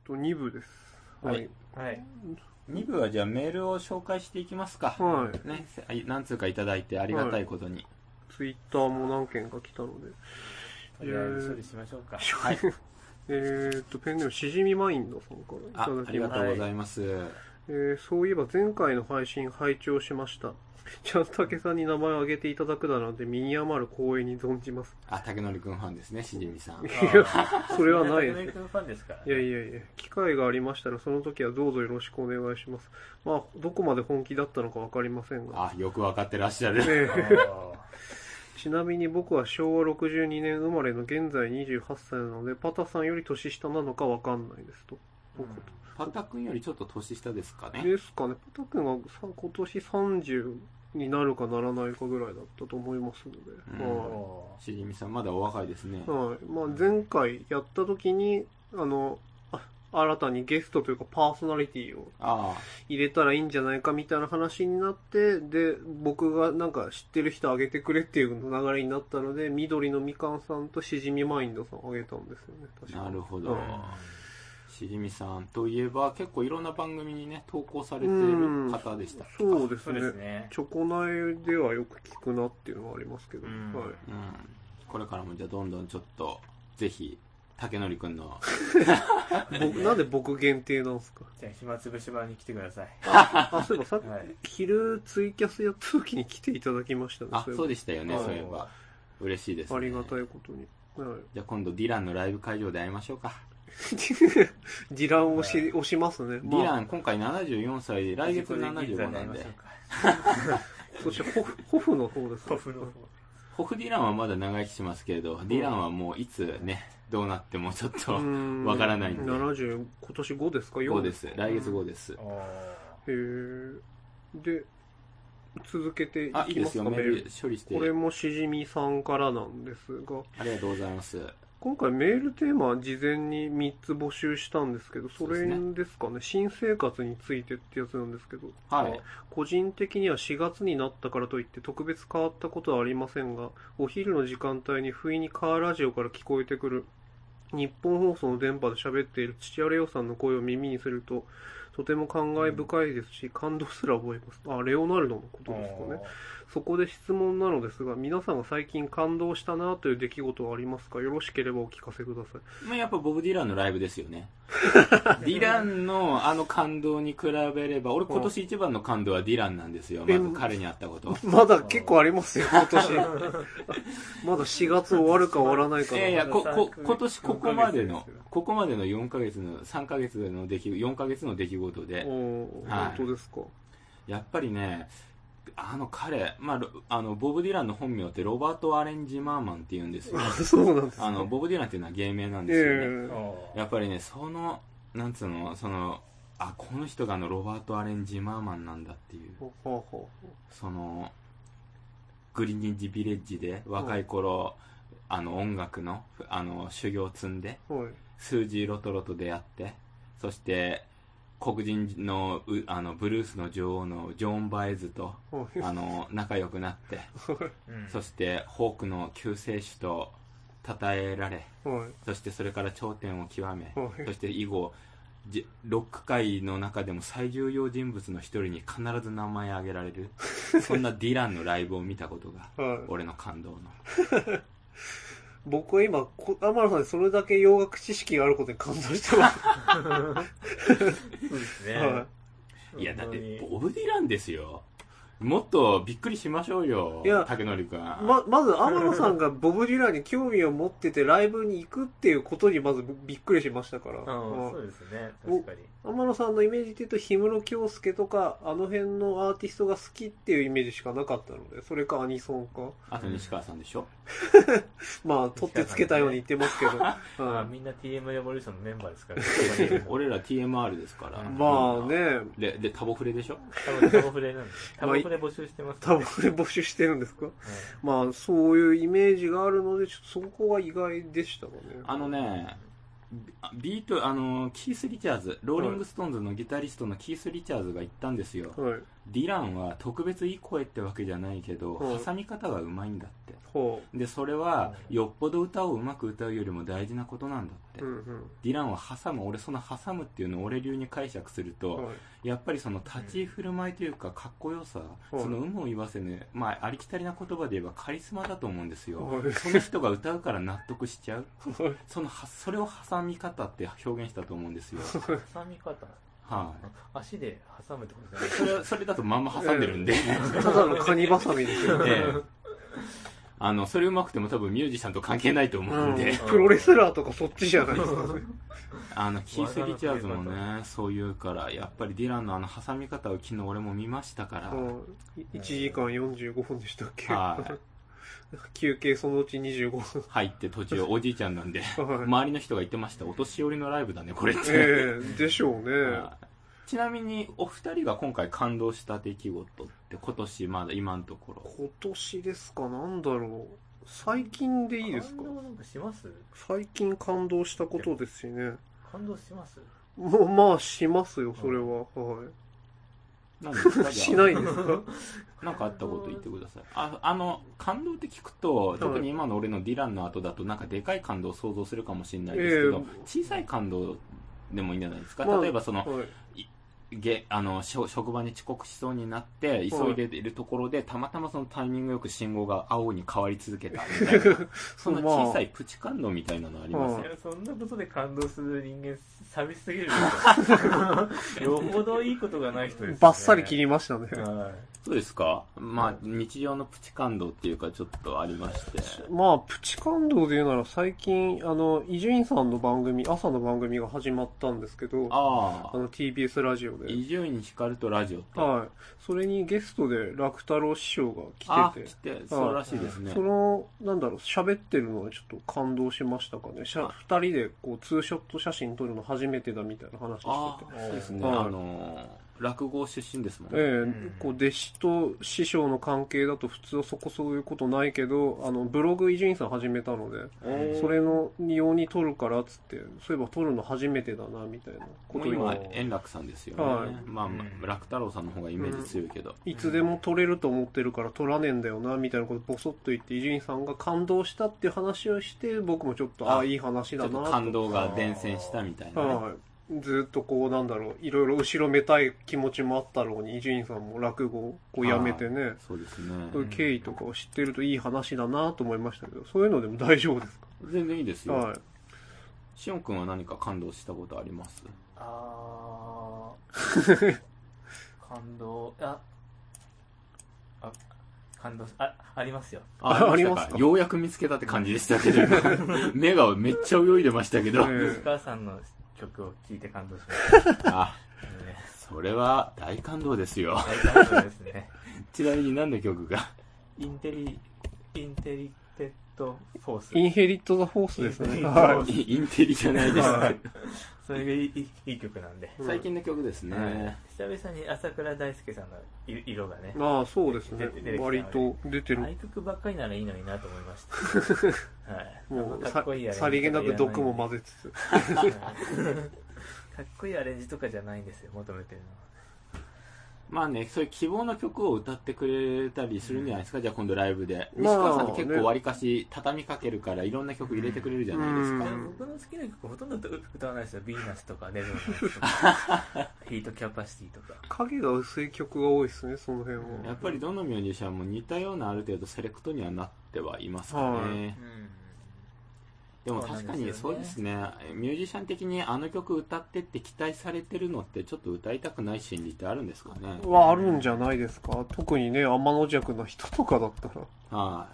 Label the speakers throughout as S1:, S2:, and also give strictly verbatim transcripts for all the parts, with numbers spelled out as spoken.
S1: とに部です。
S2: はい。はい。に部はじゃあメールを紹介していきますか。
S1: はい。
S2: ね、何通かいただいてありがたいことに。はい、
S1: ツイッターも何件か来たので。
S3: とりあえず処理しましょうか。
S1: はい。えーっと、ペンネームしじみマインドさんからいただきました。
S2: ありがとうございます。はい、
S1: えー、そういえば前回の配信拝聴しました。ちゃんと竹さんに名前を挙げていただくだなんて身に余る光栄に存じます。
S2: あ、竹則くんファンですね、しじみさん。い
S1: や、それはないです。
S3: 竹則くんファンですから、ね。
S1: いやいやいや、機会がありましたらその時はどうぞよろしくお願いします。まあ、どこまで本気だったのかわかりませんが。
S2: あ、よくわかってらっしゃる。
S1: ね、ちなみに僕はしょうわろくじゅうにねん生まれの現在にじゅうはっさいなので、パタさんより年下なのかわかんないですと。
S2: うん、パタ君よりちょっと年下ですかね。
S1: ですかね。パタ君は今年さんじゅうになるかならないかぐらいだったと思いますので。うん、
S2: はい、しじみさんまだお若いですね。
S1: はい。まあ前回やった時に、あの、新たにゲストというかパーソナリティを入れたらいいんじゃないかみたいな話になって、で、僕がなんか知ってる人あげてくれっていう流れになったので、緑のみかんさんとしじみマインドさんあげたんですよね。確か
S2: なるほど。しじみさんといえば結構いろんな番組にね投稿されている方でした。
S1: うそうですね。ですね。チョコ内ではよく聞くなっていうのはありますけど、はい。うん、
S2: これからもじゃあどんどんちょっとぜひ竹則くんの
S1: なんで僕限定なんですか。
S3: じゃあ暇つぶし場に来てください。
S1: あ、そういえばさっき、はい、昼ツイキャスやった時に来ていただきましたね。
S2: あ、そうでしたよね。そういえば嬉しいですね。
S1: ありがたいことに。
S2: はい、じゃあ今度ディランのライブ会場で会いましょうか。
S1: ディランをし、押しますね。
S2: ディラン今回ななじゅうよんさいで来月ななじゅうごなんで。
S1: そしてホフ、ホフの方ですか。
S3: ホフの方。
S2: ホフディランはまだ長生きしますけれど、ディランはもういつねどうなってもちょっとわからないんで。
S1: ななじゅう今年ごですか。
S2: ごです。来月ごです。へ
S1: え。で続けていきますか。
S2: あ、いいですよ。メール処理して。
S1: これもしじみさんからなんですが。
S2: ありがとうございます。
S1: 今回メールテーマは事前にみっつ募集したんですけど、それですかね、新生活についてってやつなんですけど、
S2: はい、
S1: 個人的にはしがつになったからといって特別変わったことはありませんが、お昼の時間帯に不意にカーラジオから聞こえてくる日本放送の電波で喋っている土屋レオさんの声を耳にするととても感慨深いですし、感動すら覚えます。あ、レオナルドのことですかね。そこで質問なのですが、皆さんが最近感動したなという出来事はありますか。よろしければお聞かせください。
S2: まあ、やっぱボブ・ディランのライブですよね。ディランのあの感動に比べれば、俺今年一番の感動はディランなんですよ。まず彼に会ったこと。
S1: まだ結構ありますよ、今年。まだしがつ終わるか終わらないか。
S2: いやいや、ここ今年ここまでのここまでのよんかげつのさんかげつの出来よんかげつの出来事で、はい、
S1: 本当ですか。
S2: やっぱりね、あの彼、まあ、あのボブ・ディランの本名ってロバート・アレンジ・マーマンって言うんですよ。
S1: そうなんですか。
S2: あのボブ・ディランっていうのは芸名なんですよね。えー、やっぱりね、そのなんつうの、そのあこの人があのロバート・アレンジ・マーマンなんだっていう、
S1: ほうほうほう、
S2: そのグリニッジ・ビレッジで若い頃、あの音楽のあの修行を積んで、スージー・ロトロと出会って、そして黒人 の, あのブルースの女王のジョーン・バエズとあの仲良くなって、そしてホークの救世主と称えられ、そしてそれから頂点を極め、そして以後ロック界の中でも最重要人物の一人に必ず名前挙げられるそんなディランのライブを見たことが俺の感動の
S1: 僕は今、天野さんにそれだけ洋楽知識があることに感動してます。
S3: そうですね。
S2: はい、いや、だってボブ・ディランですよ。もっとびっくりしましょうよ、
S1: いや
S2: 竹則君。
S1: ままず天野さんがボブ・ディランに興味を持っててライブに行くっていうことにまずびっくりしましたから。あ、
S3: そうですね、確かに。
S1: 天野さんのイメージっていうと氷室京介とかあの辺のアーティストが好きっていうイメージしかなかったので、それかアニソンか、
S2: あと西川さんでしょ。
S1: まあ取ってつけたように言ってますけど、
S3: まあ、みんな ティーエム レボリューションのメンバーですから、
S2: ね、俺ら ティーエムアール ですから、
S1: まあね。
S2: ででタボフレでしょ。
S3: タボフレなんです。タボフレ募集してます、ね、
S1: タボフレ募集してるんですか、はい、まあそういうイメージがあるので、ちょっとそこが意外でしたかね。
S2: あのね、ビート、あのキース・リチャーズ、ローリング・ストーンズのギタリストのキース・リチャーズが言ったんですよ、はい、ディランは特別いい声ってわけじゃないけど、はい、挟み方がうまいんだって、はい、でそれはよっぽど歌をうまく歌うよりも大事なことなんだって。 、
S1: うんうん、
S2: ディランは挟む、俺その挟むっていうのを俺流に解釈すると、はい、やっぱりその立ち居振る舞いというかかっこよさ、はい、その有無を言わせぬ、まあ、ありきたりな言葉で言えばカリスマだと思うんですよ、はい、その人が歌うから納得しちゃう、はい、そのそれを挟み方って表現したと思うんですよ。
S3: 挟み方、
S2: はい、
S3: 足で挟むってことですね。
S2: それそれだとまんま挟んでるんで、
S1: えー、ただのカニバサミですよね、えー
S2: あのそれうまくても多分ミュージシャンと関係ないと思うんで、
S1: うん、プロレスラーとかそっちじゃないですかね。
S2: あのキース・リチャーズもねそう言うから、やっぱりディランのあの挟み方を昨日俺も見ましたから、
S1: いちじかんよんじゅうごふんでしたっけ、はい、休憩そのうちにじゅうごふん
S2: 入って途中おじいちゃんなんで、はい、周りの人が言ってました、お年寄りのライブだねこれって、え
S1: ー、でしょうね。
S2: ちなみにお二人が今回感動した出来事って今年まだ今のところ。
S1: 今年ですか、なんだろう、最近でいいですか。
S3: 感動なんかします？
S1: 最近感動したことですしね。
S3: 感動します？
S1: もうまあしますよそれは、うん、はい。
S2: 何ですか
S1: しないですか。
S2: なんかあったこと言ってください。ああの感動って聞くと、はい、特に今の俺のディランの後だとなんかでかい感動を想像するかもしれないですけど、えー、小さい感動でもいいんじゃないですか、まあ、例えばその、はい、げあの職場に遅刻しそうになって急いでいるところで、はい、たまたまそのタイミングよく信号が青に変わり続けたみたいなそんな小さいプチ感動みたいなのありますよ、
S3: まあ、そんなことで感動する人間寂しすぎるよほどいいことがない人ですよね。
S1: バッサリ切りましたね、
S3: はい、
S2: そうですか。まあ日常のプチ感動っていうかちょっとありまして、
S1: まあプチ感動で言うなら最近あの伊集院さんの番組朝の番組が始まったんですけど、
S2: あ
S1: あの ティービーエス ラジオで
S2: 伊集院光とラジオって、
S1: はい、それにゲストで楽太郎師匠が来てて、
S2: あ来てそうらしいですね、
S1: そのなんだろう喋ってるのはちょっと感動しましたかね。ふたりでこうツーショット写真撮るの初めてだみたいな話してて、
S2: あそうですね、はい、あのー落語出身ですもんね、
S1: ええうん、こう弟子と師匠の関係だと普通はそこそういうことないけど、あのブログ伊集院さん始めたのでそれのように撮るからっつって、そういえば撮るの初めてだなみたいなことを
S2: 今円楽さんですよね、はい、まあ、まあ、楽太郎さんの方がイメージ強いけど、
S1: うん、いつでも撮れると思ってるから撮らねえんだよなみたいなことボソッと言って伊集院さんが感動したっていう話をして、僕もちょっとああいい話だなと、ちょっと
S2: 感動が伝染したみたいな、ね、
S1: はいずっとこうなんだろういろいろ後ろめたい気持ちもあったろうに伊集院さんも落語をこうやめてね、
S2: そうですね、
S1: そういう経緯とかを知ってるといい話だなと思いましたけど、そういうのでも大丈夫ですか。
S2: 全然いいですよ、
S1: はい、
S2: しおんくんは何か感動したことあります？
S3: あー感動ああ感動あありますよ。
S2: あありますか。ようやく見つけたって感じでしたけど目がめっちゃ泳いでましたけど、
S3: 吉川さんの曲を聴いて感動しましたあ、
S2: ね、それは大感動ですよ。
S3: 大感動ですね
S2: ちなみに何の曲が？
S3: インテリインテリテッドフォース、
S1: インヘリットザフォースですね。
S2: インテリじゃないですか
S3: それがいい、いい曲なんで、
S2: 最近の曲ですね、
S3: うん、久々に朝倉大輔さんの色がね、
S1: ああそうですね、割と出てる。
S3: ああいう曲ばっかりならいいのになと思いましたはい、もうかっこいいアレンジ
S1: さりげなく毒も混ぜつつ
S3: かっこいいアレンジとかじゃないんですよ求めてるのは。
S2: まあね、そういう希望の曲を歌ってくれたりするんじゃないですか、うん、じゃあ今度ライブで、西川さんって結構わりかし畳みかけるからいろんな曲入れてくれるじゃないですか、
S3: うん、僕の好きな曲ほとんど歌わないですよ。ヴィーナスとかレゾナンスとかヒートキャパシティとか
S1: 影が薄い曲が多いですね、その辺は。
S2: やっぱりどのミュージシャンも似たようなある程度セレクトにはなってはいますかね、はい、うんでも確かにそうですね、ミュージシャン的にあの曲歌ってって期待されてるのってちょっと歌いたくない心理ってあるんですかね。
S1: はあるんじゃないですか、特にね天の弱な人とかだったら。
S2: はい、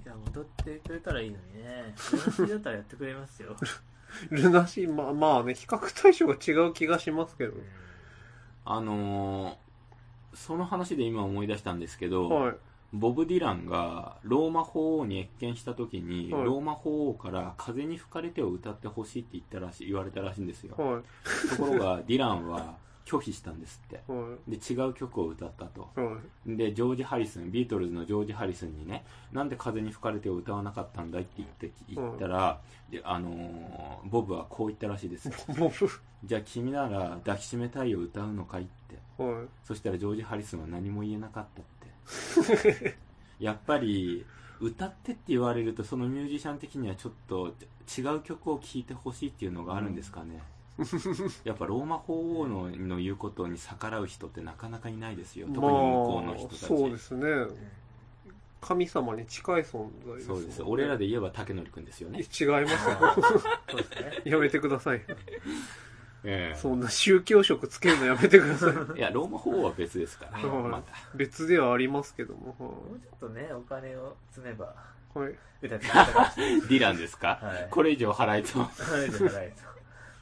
S3: いや踊ってくれたらいいのにね。ルナシーだったらやってくれますよ
S1: ルナシー、まあまあね、比較対象が違う気がしますけど、うん、
S2: あのー、その話で今思い出したんですけど、
S1: はい、
S2: ボブ・ディランがローマ法王に謁見した時に、はい、ローマ法王から風に吹かれてを歌ってほしいって言ったらしい言われたらしいんですよ、はい、ところがディランは拒否したんですって、はい、で違う曲を歌ったと、はい、でジョージ・ハリスンビートルズのジョージ・ハリスンにね、なんで風に吹かれてを歌わなかったんだいって言って言ったら、はい、であのー、ボブはこう言ったらしいですじゃあ君なら抱きしめたいを歌うのかいって、はい、そしたらジョージ・ハリスンは何も言えなかったってやっぱり歌ってって言われるとそのミュージシャン的にはちょっと違う曲を聴いてほしいっていうのがあるんですかね、うん、やっぱローマ法王のの言うことに逆らう人ってなかなかいないですよ、特に向こうの人たち、
S1: まあ、そうですね、神様に近い存在です、ね、
S2: そうです。俺らで言えば竹則くんですよね。
S1: 違いますよそうですね、やめてください
S2: ええ、
S1: そんな宗教色つけるのやめてください
S2: いやローマ法王は別ですから、ね、また
S1: 別ではありますけども、
S3: もうちょっとねお金を積めば、
S1: はい、
S3: 歌ってたかもしれない
S2: ディランですか、はい、これ以上払えと
S3: これ以上払えと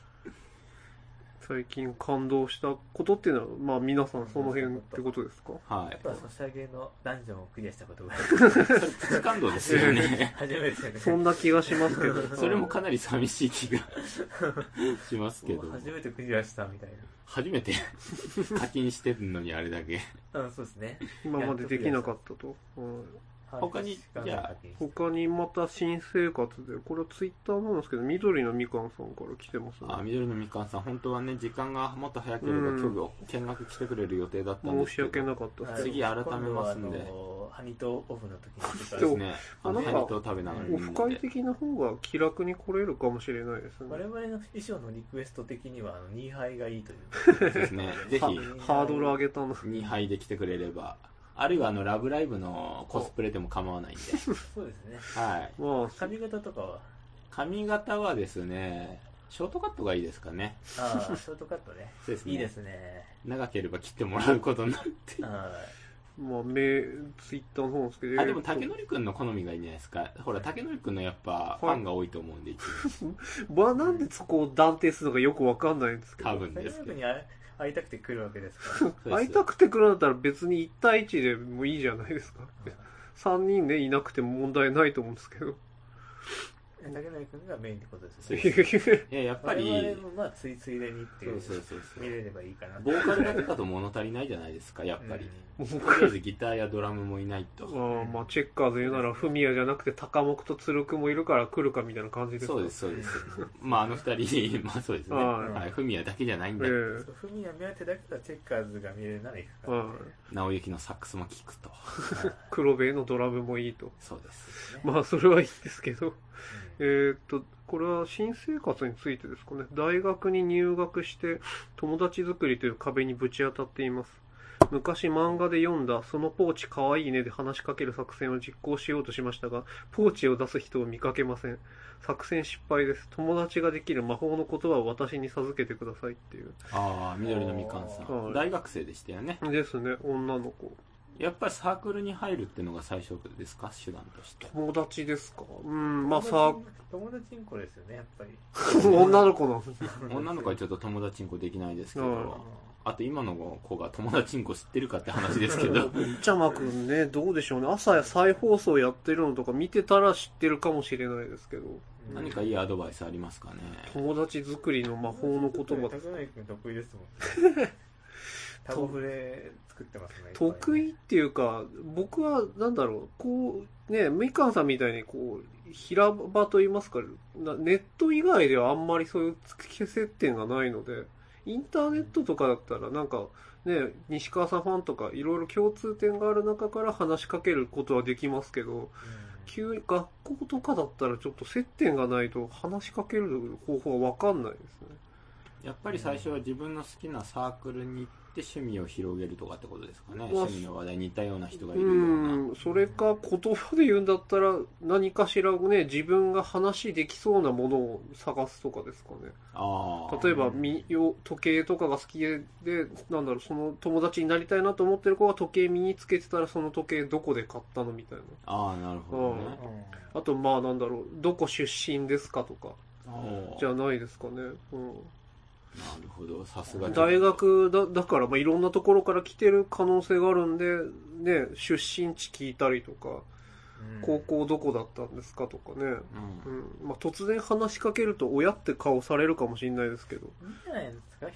S1: 最近感動したことっていうのは、まあ皆さんその辺ってことですか？
S3: はい。やっぱソシャゲのダンジョンをクリアしたことが
S2: プチ感動ですよね。
S3: 初めてね。
S1: そんな気がしますけど。
S2: それもかなり寂しい気がしますけど。
S3: 初めてクリアしたみたいな。
S2: 初めて課金してるのにあれだけ。
S3: うん、そうですね。
S1: 今までできなかったと。うん
S2: 他にじゃあ
S1: 他にまた新生活で、これはツイッターなんですけど、緑のみかんさんから来てますね。
S2: あ、緑のみかんさん、本当はね時間がもっと早ければ今日見学来てくれる予定だったんですけど、
S1: 申し訳なかったです。
S2: 次改めますんで、
S3: ハニトオフの時に
S2: そうですね、あのハニトを食べながら、
S1: オフ会的な方が気楽に来れるかもしれないですね。
S3: 我々の衣装のリクエスト的にはあのにはいがいいという
S2: そうですね、ぜひ
S1: ハードル上げたの
S2: にはいで来てくれれば、あるいはあのラブライブのコスプレでも構わないんで
S3: そうですね、
S2: はい、
S3: まあ、髪型とかは
S2: 髪型はですねショートカットがいいですかね。
S3: ああ、ショートカットねそうですね、いいですね。
S2: 長ければ切ってもらうことになるって
S3: あ
S1: まあ、メツイッターの方ですけど、
S2: あでも竹則くんの好みがいいんじゃないですか。ほら竹則くんのやっぱファンが多いと思うんで、一
S1: 応まあなんでそこを断定するのかよくわかんないんですけど、
S2: 多分ですけど
S3: 会いたくて来るわけですから
S1: 会いたくて来るんだったら別にいち対いちでもいいじゃないですかさんにんでいなくても問題ないと思うんですけど、
S3: 竹内君がメインってことですね。
S2: いややっぱり
S3: 我々もまあついついでにっていう
S2: そうそうそうそう
S3: 見れればいいかな。
S2: ボーカルだけだと物足りないじゃないですかやっぱり、うん、とりあえずギターやドラムもいないと
S1: あ、まあ、チェッカーズ言うならフミヤじゃなくて高木と鶴久もいるから来るかみたいな感じですか。
S2: そうですそうですまああの二人まあそうですね、はい、フミヤだけじゃないんだ、え
S3: ー、フミヤ目当てだけどチェッカーズが見れるならいくか、ね、
S2: 直行のサックスも聴くと
S1: 黒部のドラムもいいと。
S2: そうです、ね、
S1: まあそれはいいですけどえー、っとこれは新生活についてですかね。大学に入学して友達作りという壁にぶち当たっています。昔漫画で読んだそのポーチかわいいねで話しかける作戦を実行しようとしましたが、ポーチを出す人を見かけません。作戦失敗です。友達ができる魔法の言葉を私に授けてくださいっていう。
S2: ああ、緑のみかんさん、大学生でしたよね。
S1: ですね、女の子。
S2: やっぱりサークルに入るっていうのが最初ですか、手段として。
S1: 友達ですか。うん、まあさ
S3: 友達んこですよね、やっぱり。
S1: 女の子なん
S2: 女の子はちょっと友達んこできないですけど、あと今の子が友達んこ知ってるかって話ですけど。
S1: ちゃまくんね、どうでしょうね。朝や再放送やってるのとか見てたら知ってるかもしれないですけど。
S2: 何かいいアドバイスありますかね。
S1: 友達作りの魔法の言葉です。
S3: 高内くん得意ですもんね。タゴフレ作ってますね。
S1: 得意っていうか、僕はなんだろう、こうね、みかんさんみたいにこう平場と言いますか、ネット以外ではあんまりそういう接点がないので、インターネットとかだったらなんかね、西川さんファンとかいろいろ共通点がある中から話しかけることはできますけど、うん、急に学校とかだったらちょっと接点がないと話しかける方法は分かんないですね。
S2: やっぱり最初は自分の好きなサークルに行って趣味を広げるとかってことですかね。趣味の話題に似たような人がいるような。
S1: うん、それか言葉で言うんだったら何かしらね、自分が話できそうなものを探すとかですかね。
S2: あ
S1: 例えばみ時計とかが好きで、なんだろう、その友達になりたいなと思ってる子が時計身につけてたらその時計どこで買ったのみたいな。
S2: ああ、なるほどね。
S1: あとまあなんだろう、どこ出身ですかとかじゃないですかね。うん、
S2: なるほど、さすが
S1: 大学 だ, だから、まあ、いろんなところから来てる可能性があるんで、ね、出身地聞いたりとか、うん、高校どこだったんですかとかね、うんうんまあ、突然話しかけると親って顔されるかもしれないですけど、
S3: いいんじゃないですか、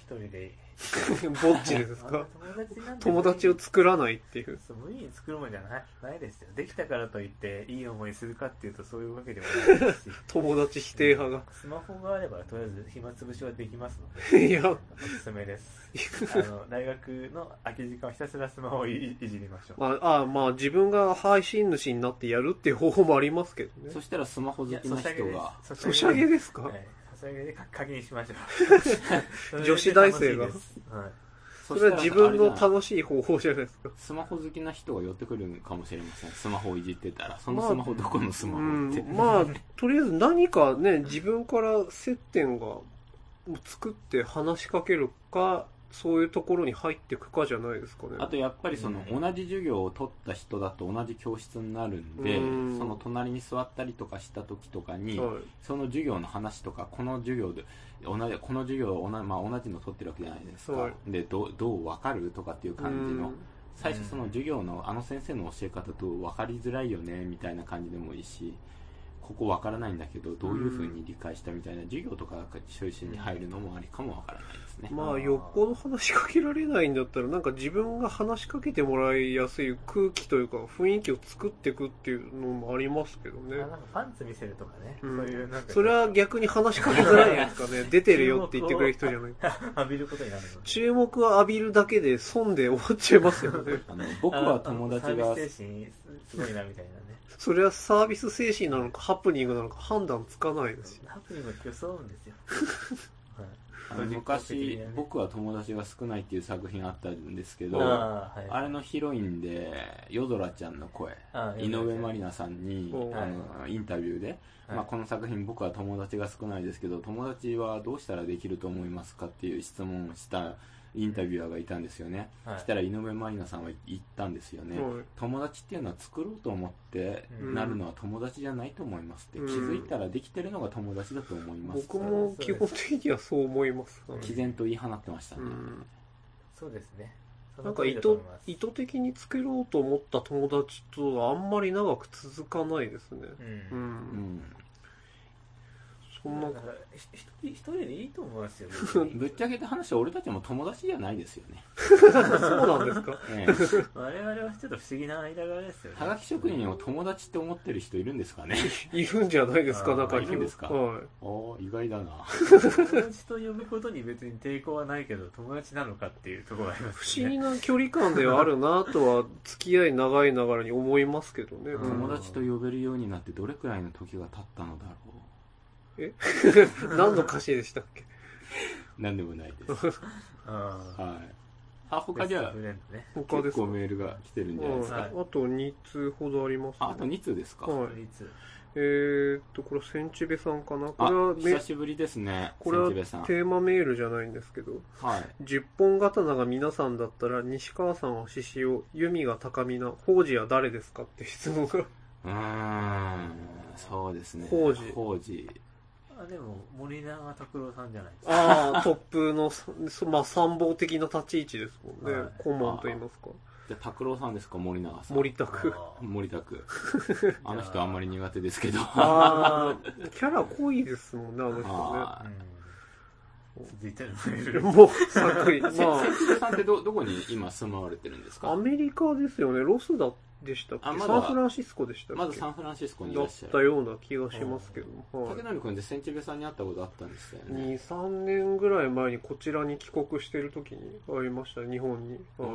S3: 一人で
S1: ぼっちですか？
S3: 友達なんて
S1: 友達を作らないっていう。
S3: そう無理に作るもんじゃないないですよ。できたからといっていい思いするかっていうとそういうわけではないですし
S1: 友達否定派が。
S3: スマホがあればとりあえず暇つぶしはできますので
S1: いや
S3: おすすめです。あの大学の空き時間をひたすらスマホを い, いじりましょう。
S1: まあ、あまあ自分が配信主になってやるっていう方法もありますけどね。
S2: そしたらスマホ好きな人が
S1: ソシャゲですか？
S3: はい、ソシャゲで課金しましょう
S1: 女子大生が、はい、それは自分の楽しい方法じゃないですか。
S2: スマホ好きな人が寄ってくるかもしれません。スマホをいじってたらそのスマホどこのスマホって、
S1: まあ、うん、まあとりあえず何かね自分から接点が作って話しかけるかそういうところに入っていくかじゃないですかね。
S2: あとやっぱりその同じ授業を取った人だと同じ教室になるんで、
S1: うん
S2: その隣に座ったりとかした時とかに、
S1: はい、
S2: その授業の話とかこの授業で同じこの授業を同じ、まあ、同じの取ってるわけじゃないですか、
S1: はい、
S2: でどどう分かるとかっていう感じの、
S1: うん
S2: 最初その授業のあの先生の教え方と分かりづらいよねみたいな感じでもいいし、ここ分からないんだけどどういう風に理解したみたいな授業とかが中心に入るのもありかも分からないですね。
S1: まあよっぽど話しかけられないんだったらなんか自分が話しかけてもらいやすい空気というか雰囲気を作っていくっていうのもありますけどね。
S3: なんかパンツ見せるとかね、
S1: うん、
S3: そういうなんか
S1: それは逆に話しかけづらいですかね。出てるよって言ってくれる人じゃない
S3: 浴びることになるの。
S1: 注目は浴びるだけで損で終わっちゃいますよね。
S2: あの僕は友達が
S3: サービス精神すごいなみたいなね。
S1: それはサービス精神なのかハプニングなのか判断つかないですよ。
S3: ハプニングは装うんですよ。はい、
S2: あの昔、ね、僕は友達が少ないっていう作品あったんですけど、
S3: あ、はい、
S2: あれのヒロインで夜空ちゃんの声、井上まりなさんにあのインタビューで、はい、まあ、この作品僕は友達が少ないですけど友達はどうしたらできると思いますかっていう質問をしたインタビュアーがいたんですよね、はい、したら井上まりなさんは言ったんですよね、はい、友達っていうのは作ろうと思ってなるのは友達じゃないと思いますって、うん、気づいたらできてるのが友達だと思います。
S1: 僕も基本的にはそう思います。
S2: 毅然と言い放ってましたね、うん、
S3: そうですね。
S1: なんか意図、意図的に作ろうと思った友達とはあんまり長く続かないですね。うん、うんうん、そんな
S3: 一人でいいと思いますよ。
S2: ぶっちゃけた話は俺たちも友達じゃないですよね。
S1: そうなんですか、
S3: ね、我々はちょっと不思議な間柄ですよね。
S2: はがき職人を友達って思ってる人いるんですかね。
S1: いるんじゃないですか。中に
S2: いるんですか、
S1: はい、
S2: お意外だな。
S3: 友達と呼ぶことに別に抵抗はないけど友達なのかっていうところがありますね。
S1: 不思議な距離感ではあるなとは付き合い長いながらに思いますけどね。
S2: 友達と呼べるようになってどれくらいの時が経ったのだろう。
S1: え何の歌詞でしたっけ？
S2: 何でもないです。あ、はい。あ、他じゃあ、ね、他結構メールが来てるんじゃないですか。
S1: はい、あとに通ほどあります、ね。
S2: あ、あとに通ですか。
S1: はい。
S3: に通。
S1: えーっとこれはセンチベさんかな。これ
S2: は久しぶりですね。
S1: これはテーマメールじゃないんですけど、
S2: はい、
S1: じゅっぽん刀が皆さんだったら西川さんは獅子王、弓が高見な、宝司は誰ですかって質問が。
S2: うーん、そうですね。
S1: 宝司。
S2: 宝司。
S3: あ、でも森永卓郎さんじゃないですか。
S1: ああ、トップのまあ参謀的な立ち位置ですもんね。はい、顧問と言いますか。
S2: じゃあ拓郎さんですか、森永さん。
S1: 森拓。
S2: 森拓。あの人あんまり苦手ですけど。
S1: ああ、キャラ濃いですもんね、あの人ね。
S3: 続いてる
S1: もう作品。まあ、
S2: 千鶴さんってどどこに今住まわれてるんですか？
S1: アメリカですよね。ロスだでしたっけ？サンフランシスコでしたっけ？
S2: まだサンフランシスコにいらっしゃる。
S1: だったような気がしますけども。
S2: 竹成君って千鶴さんに会ったことあったんですよね。
S1: に、さんねんぐらい前にこちらに帰国してる時に会いました、日本に。
S2: うん。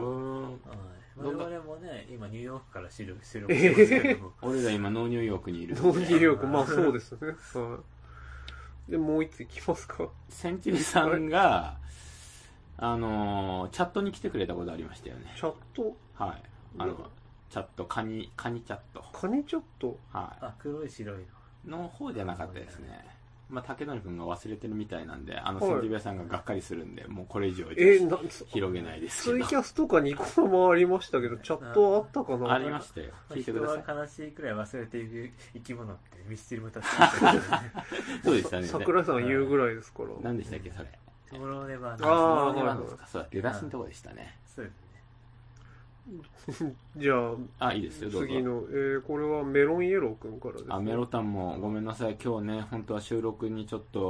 S3: 我々もね、今ニューヨークから収録してるんですけども。
S2: 俺ら今ノーニューヨークにいる。
S1: ノーニューヨーク、まあそうですね。はい。で、もう一ついきますか。
S2: 千鶴さんが、あのー、チャットに来てくれたことありましたよね。
S1: チャット？
S2: はい。あの、チャット、カニ、カニチャット。
S1: カニチャット？
S2: はい。
S3: あ、黒い白い
S2: の。の方じゃなかったですね。まあ、竹成君が忘れてるみたいなんで、あの、千鶴部さんががっかりするんで、もうこれ以上広げないですけど。
S1: ツイキャスとかニコ生ありましたけど、チャットあったかな？
S2: ありましたよ。聞いてください。
S3: 人は悲しいくらい忘れている生き物ってミスチルも確
S2: かに。そうでしたね。
S1: 桜井さん言うぐらいですから。
S2: 何でしたっけ、それ。
S3: トモローネバー
S2: ナ。ああ、そうなんですか。そうだ、出だしのとこでしたね。
S3: そうです
S1: ね。じゃあ、
S2: あ、いいですよ、どうぞ。
S1: 次の、えー、これはメロンイエローくんからですね。
S2: あ、メロタンもごめんなさい。今日ね、本当は収録にちょっと、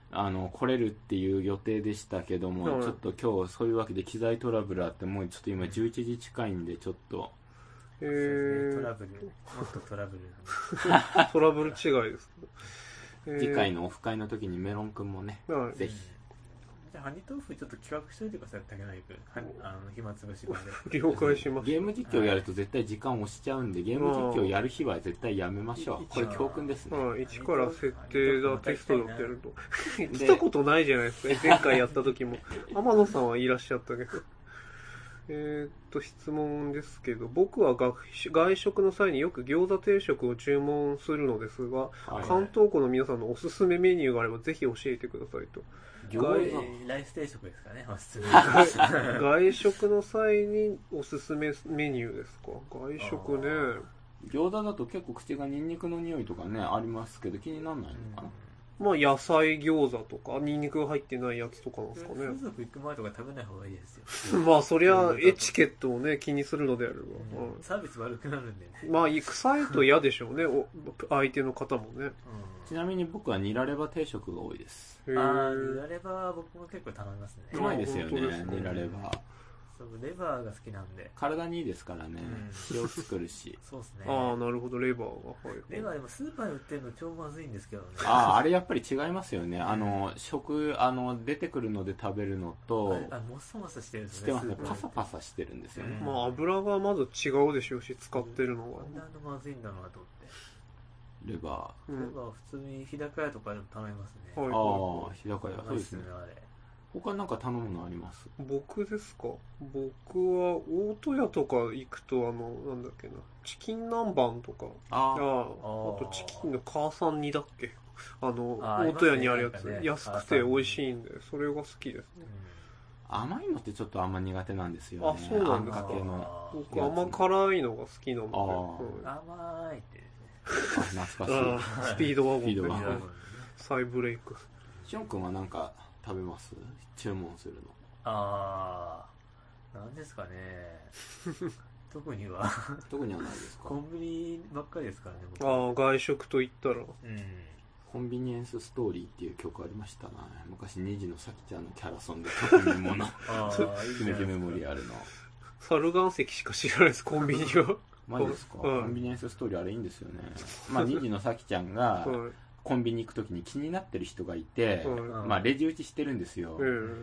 S2: あの来れるっていう予定でしたけども、はい、ちょっと今日そういうわけで機材トラブルあって、もうちょっと今じゅういちじ近いんでちょっと、
S3: えー、トラブルもっとトラブル
S1: トラブル違いです、
S2: えー、次回のオフ会の時にメロンくんもね、はい、ぜひ、
S3: じゃあハニ豆腐ちょっと企画しといてください、竹内くん、あの暇つぶしま
S1: で了解します。
S2: ゲーム実況やると絶対時間押しちゃうんで、ゲーム実況やる日は絶対やめましょう。これ教訓ですね。
S1: ああ、一から設定だテストだってやると来たことないじゃないですか。前回やった時も天野さんはいらっしゃったけどえーっと質問ですけど、僕は外食の際によく餃子定食を注文するのですが、はい、関東校の皆さんのおすすめメニューがあればぜひ教えてくださいと。
S3: 外ライス定食ですかね、おすすめ
S1: 外食の際におすすめメニューですか。外食ね、
S2: 餃子だと結構口がニンニクの匂いとかねありますけど、気にならないのかな、
S1: うん、まあ野菜餃子とかニンニクが入ってないやつとかなんですかね。
S3: 風俗行く前とか食べない方がいいですよ
S1: まあそりゃエチケットをね気にするのであれば、
S3: うん、サービス悪くなるんでね。
S1: まあ臭いと嫌でしょうねお相手の方もね、うん、
S2: ちなみに僕はニラレバ定食が多いです。
S3: ああ、ニラレバは僕も結構頼みますね。
S2: うまいですよね、ニラレバ。
S3: そうレバーが好きなんで。
S2: 体にいいですからね、うん、塩作るし
S3: そうですね。
S1: ああなるほど、レバーが、はい、
S3: レバーでもスーパーで売ってるの超まずいんですけどね。
S2: あああれやっぱり違いますよね。あの食あの出てくるので食べるのと、
S3: あもさもさしてるんです
S2: ね。してますね。パサパサしてるんですよね。
S1: うん、まあ油がまず違うでしょうし、使ってるのが。
S3: なんであんなまずいんだろうなと思って。
S2: レバ
S3: ー、うん、レバー普通に日高屋とかでも頼みますね。
S2: はい、ああ日高屋そうですね。あれ他なんか頼むのあります？
S1: 僕ですか。僕は大戸屋とか行くと、あのなんだっけな、チキン南蛮とか、ああとチキンの母さん煮だっけ、あの大戸屋にあるやつ、ね、安くて美味しいんでそれが好きですね、
S2: うん、甘いのってちょっとあんま苦手なんですよね。
S1: あ、そうなんですか。僕甘辛いのが好きなので、
S3: うん、甘いって
S2: あ懐か
S1: しいスピードワゴン再ブレイク。
S2: シオン君はなんか食べます？注文するの。
S3: ああ、なんですかね特には
S2: 特にはないですか。
S3: コンビニばっかりですからね。
S1: ああ、外食といったら、うん、
S2: コンビニエンスストーリーっていう曲ありましたな。昔にじのさきちゃんのキャラソンで特にもの姫路メモリアルの
S1: 猿岩石しか知らないです、コンビニは。
S2: マジですか、うん、コンビニエンスストーリーあれいいんですよね。まあにじのさきちゃんが、はい、コンビニ行くときに気になってる人がいて、うん、まあレジ打ちしてるんですよ、うん、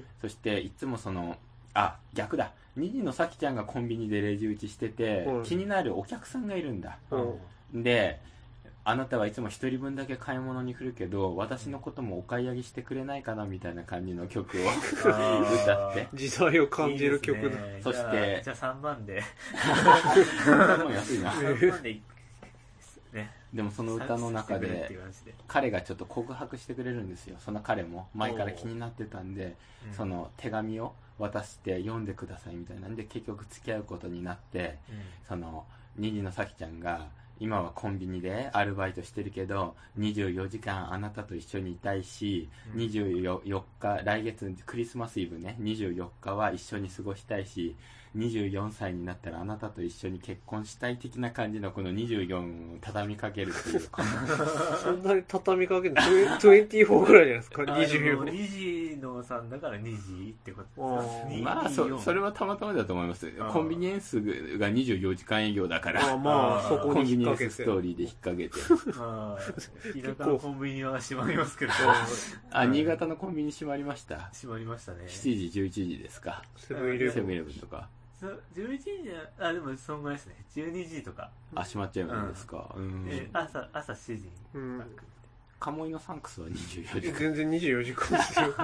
S2: そしていつもそのあ逆だにじのさきちゃんがコンビニでレジ打ちしてて、うん、気になるお客さんがいるんだ、うん、であなたはいつも一人分だけ買い物に来るけど私のこともお買い上げしてくれないかなみたいな感じの曲を歌って
S1: 時代を感じる曲だ。いい
S3: ね、
S2: そして
S3: じゃあさんばんで
S2: さんばん安いな。さんばんで
S3: ね、
S2: でもその歌の中で彼がちょっと告白してくれるんですよ。その彼も前から気になってたんで、うん、その手紙を渡して読んでくださいみたいなんで結局付き合うことになって、うん、そのにじのさきちゃんが今はコンビニでアルバイトしてるけどにじゅうよじかんあなたと一緒にいたいし、うん、にじゅうよっか来月クリスマスイブねにじゅうよっかは一緒に過ごしたいしにじゅうよんさいになったらあなたと一緒に結婚したい的な感じのこのにじゅうよんを畳みかけるっていうか
S1: そんなに畳みかけるのにじゅうよんぐらいじゃないですか。にじゅうよん
S3: にじのさんだからにじってことですか。
S2: まあ そ, それはたまたまだと思います。コンビニエンスがにじゅうよじかん営業だから
S1: あまあそこに引っ掛けて
S2: コンビニエンスストーリーで引っ掛けて
S3: あ田舎のコンビニは閉まりますけど
S2: あ新潟のコンビニ閉まりました。
S3: 閉まりましたね。
S2: しちじじゅういちじですか。
S1: セブンイレブン
S2: セブンイレブンとか
S3: じゅういちじじゃあでもそんぐらいですね。じゅうにじとか
S2: あ閉まっちゃうんですか、うんうん
S3: えー、朝朝しちじに、うん、
S2: 鴨居のサンクスはにじゅうよじかん
S1: 全然にじゅうよじかんですよ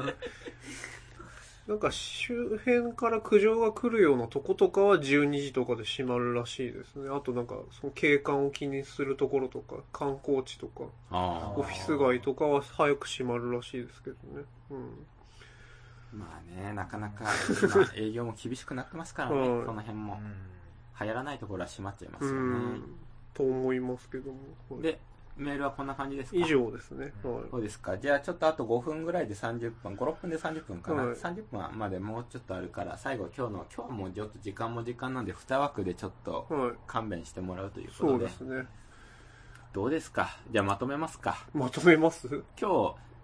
S1: なんか周辺から苦情が来るようなとことかはじゅうにじとかで閉まるらしいですね。あとなんかその景観を気にするところとか観光地とかオフィス街とかは早く閉まるらしいですけどね、うん
S2: まあね、なかなか営業も厳しくなってますからね、うん、その辺も、うん、流行らないところは閉まっちゃいますよね、うん、
S1: と思いますけども、
S2: はい、でメールはこんな感じですか。
S1: 以上ですね、
S2: はい、そうですか。じゃあちょっとあとごふんぐらいでさんじゅっぷんごろっぷんでさんじゅっぷんかな、はい、さんじゅっぷんまでもうちょっとあるから最後今日の今日はもうちょっと時間も時間なんでに枠でちょっと勘弁してもらうということで、はい、
S1: そうですね。
S2: どうですか。じゃあまとめますか。
S1: まとめます。
S2: 今日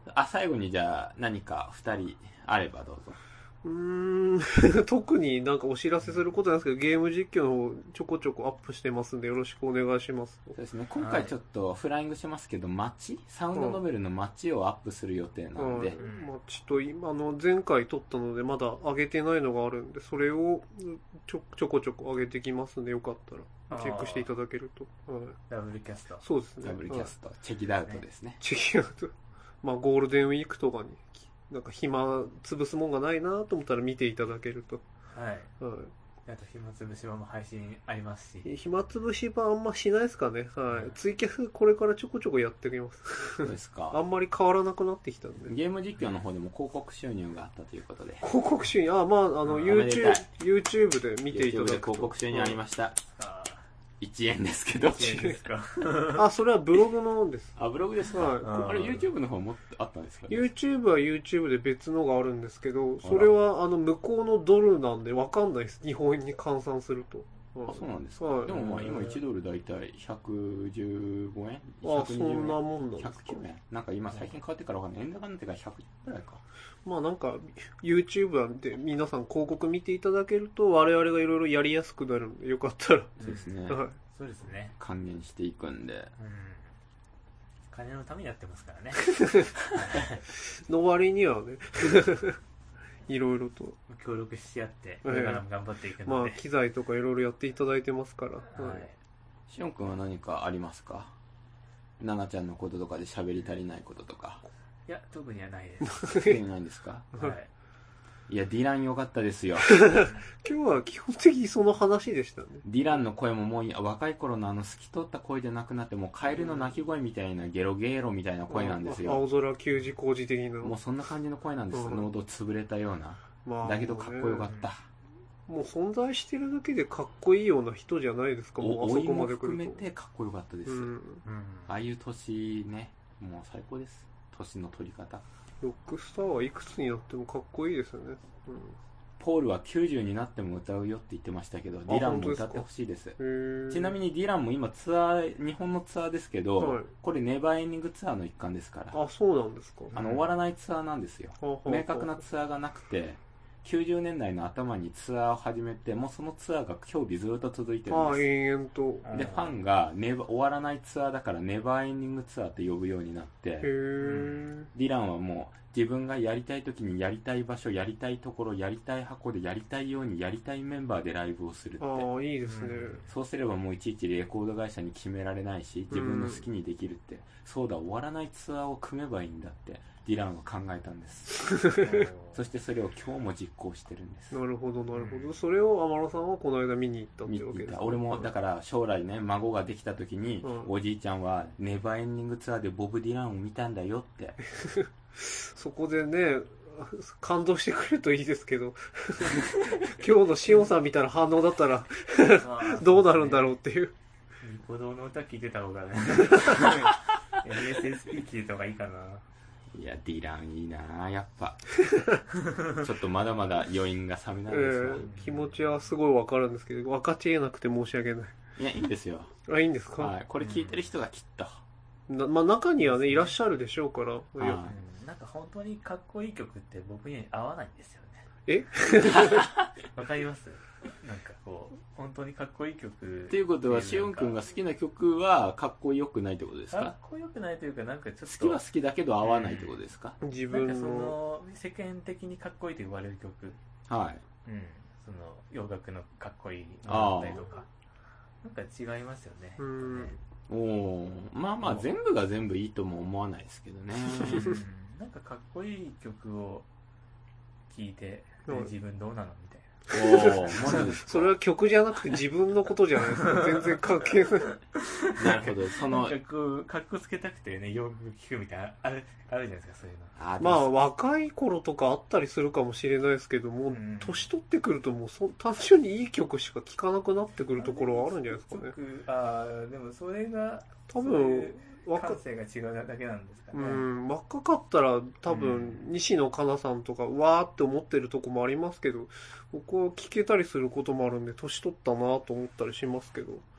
S2: あ、最後にじゃあ何かふたりあればどうぞ。
S1: うーん特になんかお知らせすることなんですけど、ゲーム実況の方ちょこちょこアップしてますんでよろしくお願いします。
S2: そうですね、今回ちょっとフライングしますけど、街サウンドノベルの街をアップする予定なので、
S1: うん、街と今あの前回撮ったのでまだ上げてないのがあるんで、それをちょちょこちょこ上げてきますんで、よかったらチェックしていただけると。はい、
S3: ダブルキャスト。
S1: そうですね、
S2: ダブルキャスト、はい、チェキダウトですね。
S1: チェキダウト、まあゴールデンウィークとかになんか暇潰すもんがないなと思ったら見ていただけると。
S3: はい。
S1: はい。
S3: あと暇つぶし場も配信ありますし。
S1: 暇つぶし場あんましないですかね。はい。うん、ツイキャスこれからちょこちょこやっていきます。
S2: そうですか。
S1: あんまり変わらなくなってきたんで。
S2: ゲーム実況の方でも広告収入があったということで。
S1: 広告収入、あ、まあ、あの、YouTube、YouTube で見ていただくと。
S2: YouTube で広告収入ありました。いちえんですけど。いちえんですか。
S1: あ、それはブログのです。
S2: あ、ブログですか。はい、あれ YouTube の方もあったんですかね。
S1: YouTube は YouTube で別のがあるんですけど、それはあの向こうのドルなんでわかんないです。日本円に換算すると。
S2: あ、そうなんですか。はい、でもまあ今いちドルだいたいひゃくじゅうごえん、
S1: あ、そんなもんなんですか。
S2: ひゃくきゅうえん。なんか今最近変わってからわかんない。円高になってからひゃくぐらいか。
S1: まあなんか YouTube で皆さん広告見ていただけると我々がいろいろやりやすくなるんで、よかったら。
S2: そうですね。
S1: はい。
S3: そうですね。
S2: 還元していくんで。うん。
S3: 金のためにやってますからね。
S1: の割にはね。いろいろと
S3: 協力し合ってこれからも頑張っていくので、
S1: まあ機材とかいろいろやっていただいてますから。
S3: はい。
S2: しおんくんは何かありますか？ななちゃんのこととかで喋り足りないこととか。
S3: いや、特にはないです。
S2: 特にないんですか？
S3: はい。
S2: いや、ディラン良かったですよ。
S1: 今日は基本的にその話でしたね。
S2: ディランの声ももう若い頃のあの透き通った声じゃなくなって、もうカエルの鳴き声みたいな、ゲロゲロみたいな声なんですよ。
S1: 青空球児工事的な。
S2: もうそんな感じの声なんです。うん、喉潰れたような。まあ、だけどかっこよかった。
S1: もう存在してるだけでかっこいいような人じゃないですか。もうあそこまで来ると。
S2: 老いも含めてかっこよかったです。うん、ああいう年ね、もう最高です。年の取り方。
S1: ロックスターはいくつになってもかっこいいですよね。うん、
S2: ポールはきゅうじゅうになっても歌うよって言ってましたけど、ディランも歌ってほしいです。ちなみにディランも今ツアー、日本のツアーですけど、はい、これネバーエンディングツアーの一環ですから。
S1: あ、そうなんですか。
S2: あの終わらないツアーなんですよ。明確なツアーがなくて、きゅうじゅうねんだいの頭にツアーを始めて、もうそのツアーが今日ずっと続いてるんです。
S1: あ、延々と。
S2: で、ファンがネバ終わらないツアーだからネバーエンディングツアーって呼ぶようになって、
S1: へー、
S2: ディランはもう自分がやりたい時にやりたい場所、やりたいところ、やりたい箱でやりたいようにやりたいメンバーでライブをするって。
S1: ああ、いいですね、うん。
S2: そうすればもういちいちレコード会社に決められないし、自分の好きにできるって、うん、そうだ、終わらないツアーを組めばいいんだってディランは考えたんですそしてそれを今日も実行してるんです。
S1: なるほどなるほど、うん、それを天野さんはこの間見に行ったってわけですか。
S2: 俺もだから将来ね、孫ができた時に、うん、おじいちゃんはネバーエンディングツアーでボブ・ディランを見たんだよって
S1: そこでね感動してくれるといいですけど今日のしおんさんみたいな反応だったらどうなるんだろうっていう。
S3: ニコ動の歌聴いてた方がねエルエスエスピー 聴いた方がいいかな。
S2: いや、ディランいいなやっぱちょっとまだまだ余韻が冷めないですが、え
S1: ー、気持ちはすごいわかるんですけど分かち得なくて申し訳ない。
S2: いや、いいんですよ。
S1: あ、いいんですか。
S2: はい、これ聞いてる人がきっと、
S1: なまあ、中にはねいらっしゃるでしょうから、はい、
S3: なんか本当にかっこいい曲って僕に合わないんですよね。
S1: え
S3: わかります？なんかこう本当にかっこいい曲
S2: っていうことは、しおんくんが好きな曲はかっこよくないってことですか？
S3: かっこよくないというか、なんかちょっと
S2: 好きは好きだけど合わないってことですか？
S1: 自分の
S3: なんかその世間的にかっこいいと言われる曲、
S2: はい、
S3: うん、その洋楽のかっこいいのだったりとか、なんか違いますよね。
S1: うん、
S2: おお、まあまあ全部が全部いいとも思わないですけどね
S3: うん、なんかかっこいい曲を聴いて、自分どうなのみたいな。
S2: お
S1: それは曲じゃなくて自分のことじゃないですか。全然関係ない。
S2: なるほど。その
S3: かっこつけたくてね、洋楽聴くみたいなあるあるじゃないですか、そういうの。
S1: あ、まあ若い頃とかあったりするかもしれないですけども、うん、年取ってくるともうそ単純にいい曲しか聴かなくなってくるところはあるんじゃないですかね。
S3: ああ、でもそれが
S1: 多分
S3: 感性が違うだけなんですかね。
S1: うん、若かったら多分、うん、西野カナさんとかわーって思ってるとこもありますけど、僕は聞けたりすることもあるんで年取ったなと思ったりしますけど、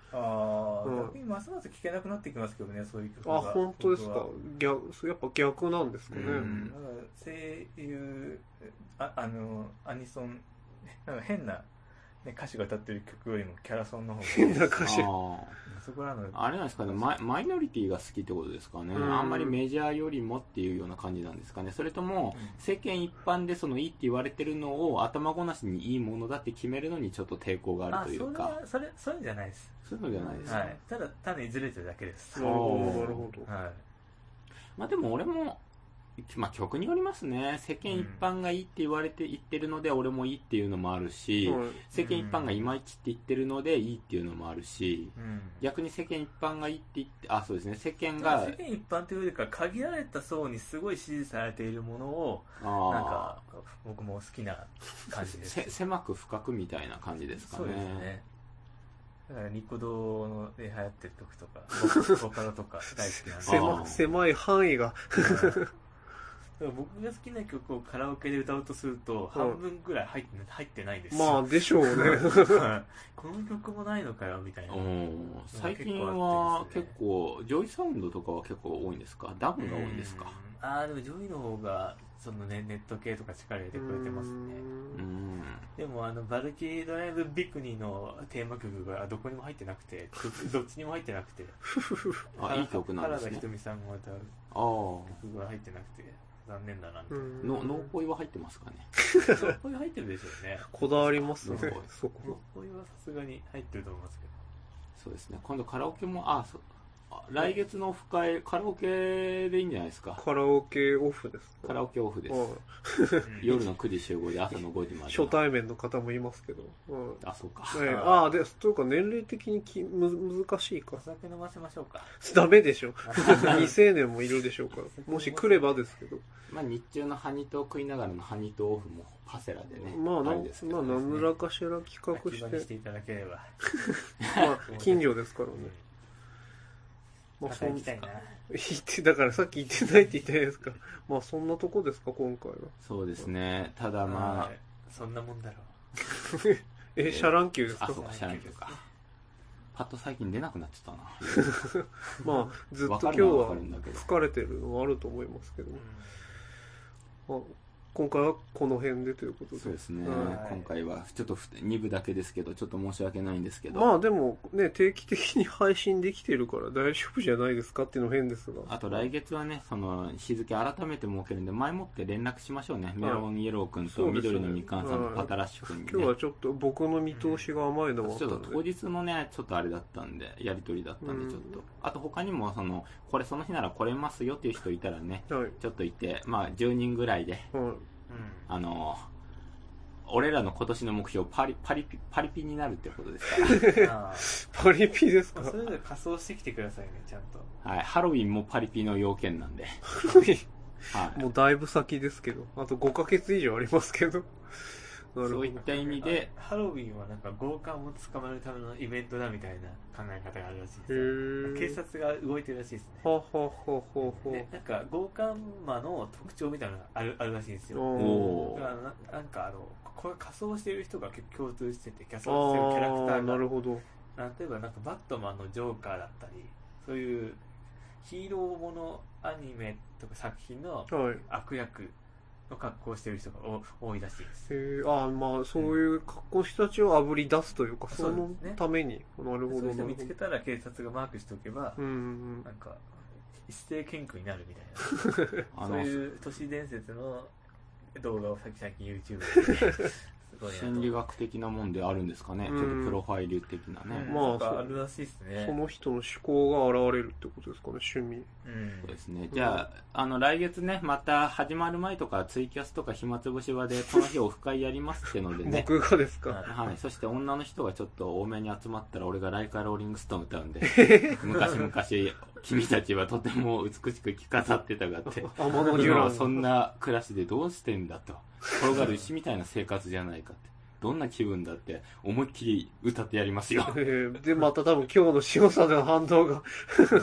S3: ああ、うん、逆にますます聴けなくなってきますけどね、そういう曲が。
S1: あ、本当ですか。逆、やっぱ逆なんですかね。うん、
S3: だから声優、あ、あの、アニソン、なんか変な、ね、歌手が歌ってる曲よりもキャラソンの方が
S1: 変な歌手。
S3: そこらの
S2: あれなんですかね、マイ、マイノリティが好きってことですかね。あんまりメジャーよりもっていうような感じなんですかね。それとも、世間一般でそのいいって言われてるのを頭ごなしにいいものだって決めるのにちょっと抵抗があるというか。
S3: あ、それ、それ、そういうんじゃないです。
S2: そういうのじゃないですか。
S3: はい。ただ、単にずれてるだけです。
S1: なるほど、なるほど。
S3: はい。
S2: まあでも俺も、まあ、曲によりますね。世間一般がいいって言われて言ってるので俺もいいっていうのもあるし、うん、世間一般がいまいちって言ってるのでいいっていうのもあるし、うん、逆に世間一般がいいって言って、あ、そうですね、世間が
S3: 世間一般というよりか限られた層にすごい支持されているものをなんか僕も好きな感じです
S2: せ狭く深くみたいな感じですかね。
S3: そうですね。だからニコ動で流行ってる曲とかボカロとか大好きなんで
S1: 狭, 狭い範囲が
S3: 僕が好きな曲をカラオケで歌うとすると半分ぐらい入って、入ってないんです
S1: よ。まあでしょうね
S3: この曲もないのかよみたいな。
S2: 最近は結構ジョイサウンドとかは結構多いんですか？ダムが多いんですか？
S3: ああ、でもジョイの方がその、ね、ネット系とか力入れてくれてますね。うんでもあのバルキリードライブビクニのテーマ曲がどこにも入ってなくてどっちにも入ってなくて
S2: あ、いい曲なんですね。
S3: 原田ひとみさんが歌う曲が入ってなくて残念だなみたいな。
S2: ノーポイは入ってますかね？
S3: ノーポイ入ってるでしょうね。
S1: こだわりますね。
S3: そこノーポイはさすがに入ってると思いますけど。
S2: そうですね。今度カラオケも、あ、そ来月のオフ会、カラオケでいいんじゃないですか。
S1: カラオケオフですか？
S2: カラオケオフです。夜のくじ集合で朝のごじまで。
S1: 初対面の方もいますけど。
S2: うん、あ、そうか。
S1: えー、ああ、で、というか年齢的にきむ難しいか。
S3: お酒飲ませましょうか。
S1: ダメでしょ。未成年もいるでしょうから。もし来ればですけど。
S2: まあ日中のハニトを食いながらのハニトオフもパセラでね。
S1: まあ、な、ね、まあ何らかしら企画して。
S3: していただければ。
S1: まあ、近所ですからね。
S3: まあ、そん行きたいな。
S1: 言ってだからさっき言ってないって言ったじゃないですか。まあそんなとこですか今回は。
S2: そうですね。ただまあ
S3: そんなもんだろ
S1: う。え、シャラン級ですか？
S2: あ、そうか、シャラン級か。パッと最近出なくなっちゃった
S1: な。まあずっと今日は吹かれてるのはあると思いますけど。うん、あ、今回はこの辺でということで。
S2: そうですね、はい、今回はちょっとに部だけですけどちょっと申し訳ないんですけど、
S1: まあでもね定期的に配信できてるから大丈夫じゃないですかっていうの変ですが、
S2: あと来月はねその日付改めて設けるんで前もって連絡しましょうね、はい、メロンイエロー君と緑のみかんさんとパタラッシュ君に、ね、
S1: 今日はちょっと僕の見通しが甘いのもあったんで、
S2: ちょっと当日のねちょっとあれだったんでやり取りだったんでちょっと、あと他にもそのこれその日なら来れますよっていう人いたらね、はい、ちょっといてまあじゅうにんぐらいで、はい、あの俺らの今年の目標パリパリピパリピになるってことですから
S1: パリピですか？
S3: それぞれ仮装してきてくださいねちゃんと。
S2: はい、ハロウィンもパリピの要件なんで
S1: はい、もうだいぶ先ですけどあとごかげつ以上ありますけど
S2: そういった意味で
S3: ハロウィンはなんか強姦を捕まえるためのイベントだみたいな考え方があるらしいですよ。警察が動いてるらしいですね。
S1: ははははは
S3: でなんか強姦魔の特徴みたいなのがある、あるらしいんですよ。おだから な, なんかあのこれ仮装してる人が結構共通してて仮装してるキャラクターが
S1: なるほど。
S3: 例えばなんかバットマンのジョーカーだったりそういうヒーローものアニメとか作品の悪役の格好をしてる人が多いらしいです。
S1: へああ、まあそういう格好した人をあぶり出すというか、うん、そのために、ね、なるほど。そういう
S3: 人見つけたら警察がマークしておけば、うんうん、なんか一斉検挙になるみたいなそういう都市伝説の動画を最近 YouTube で
S2: 心理学的なもんであるんですかね、うん、ちょっとプロファイル的なね、
S3: うん、まああるらしいですね。
S1: その人の思考が現れるってことですかね、趣味、
S2: うん、そうですね。じゃあ、あの来月ねまた始まる前とかツイキャスとか暇つぶし場でこの日オフ会やりますってのでね
S1: 僕がですか？
S2: はい、そして女の人がちょっと多めに集まったら俺がライカローリングストーン歌うんで昔々君たちはとても美しく着飾ってたがって今はそんな暮らしでどうしてんだと、転がる石みたいな生活じゃないかって、どんな気分だって思いっきり歌ってやりますよ
S1: でまた多分今日の塩さでの反動が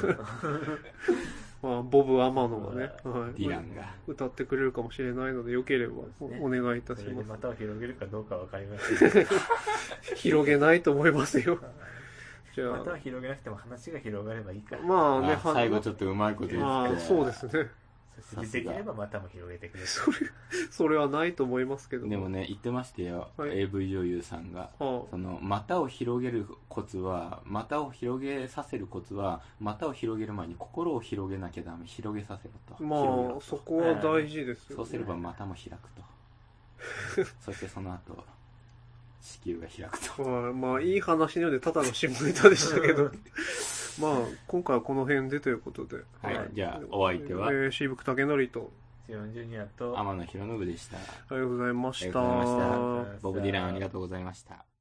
S1: まあ、ボブ・アマノがね、
S2: はい、ディランが
S1: 歌ってくれるかもしれないのでよければお願いいたします。
S3: また広げるかどうかわかりません広
S1: げないと思いますよ
S3: じゃあ股は広げなくても話が広がればいいから。
S1: まあね、
S2: あ最後ちょっとうまいこと言って。あ
S1: そうですね。
S3: そしてできれば股も広げてくれる。
S1: それ、それはないと思いますけど。
S2: でもね、言ってましたよ、はい、エーブイ 女優さんが、はあ、その股を広げるコツは、股を広げさせるコツは、股を広げる前に心を広げなきゃダメ、広げさせろと。
S1: まあそこは大事ですよ、
S2: ね、そうすれば股も開くと。そしてその後子宮が開くと。
S1: まあ、まあいい話のようでただの下ネタでしたけどまあ今回はこの辺でということで、
S2: はい、じゃあお相手は、
S1: えー、シーブック竹則と
S3: シオンジュニアと
S2: 天野博信でした。あ
S1: りがとうございました。
S2: ボブ・ディランありがとうございました。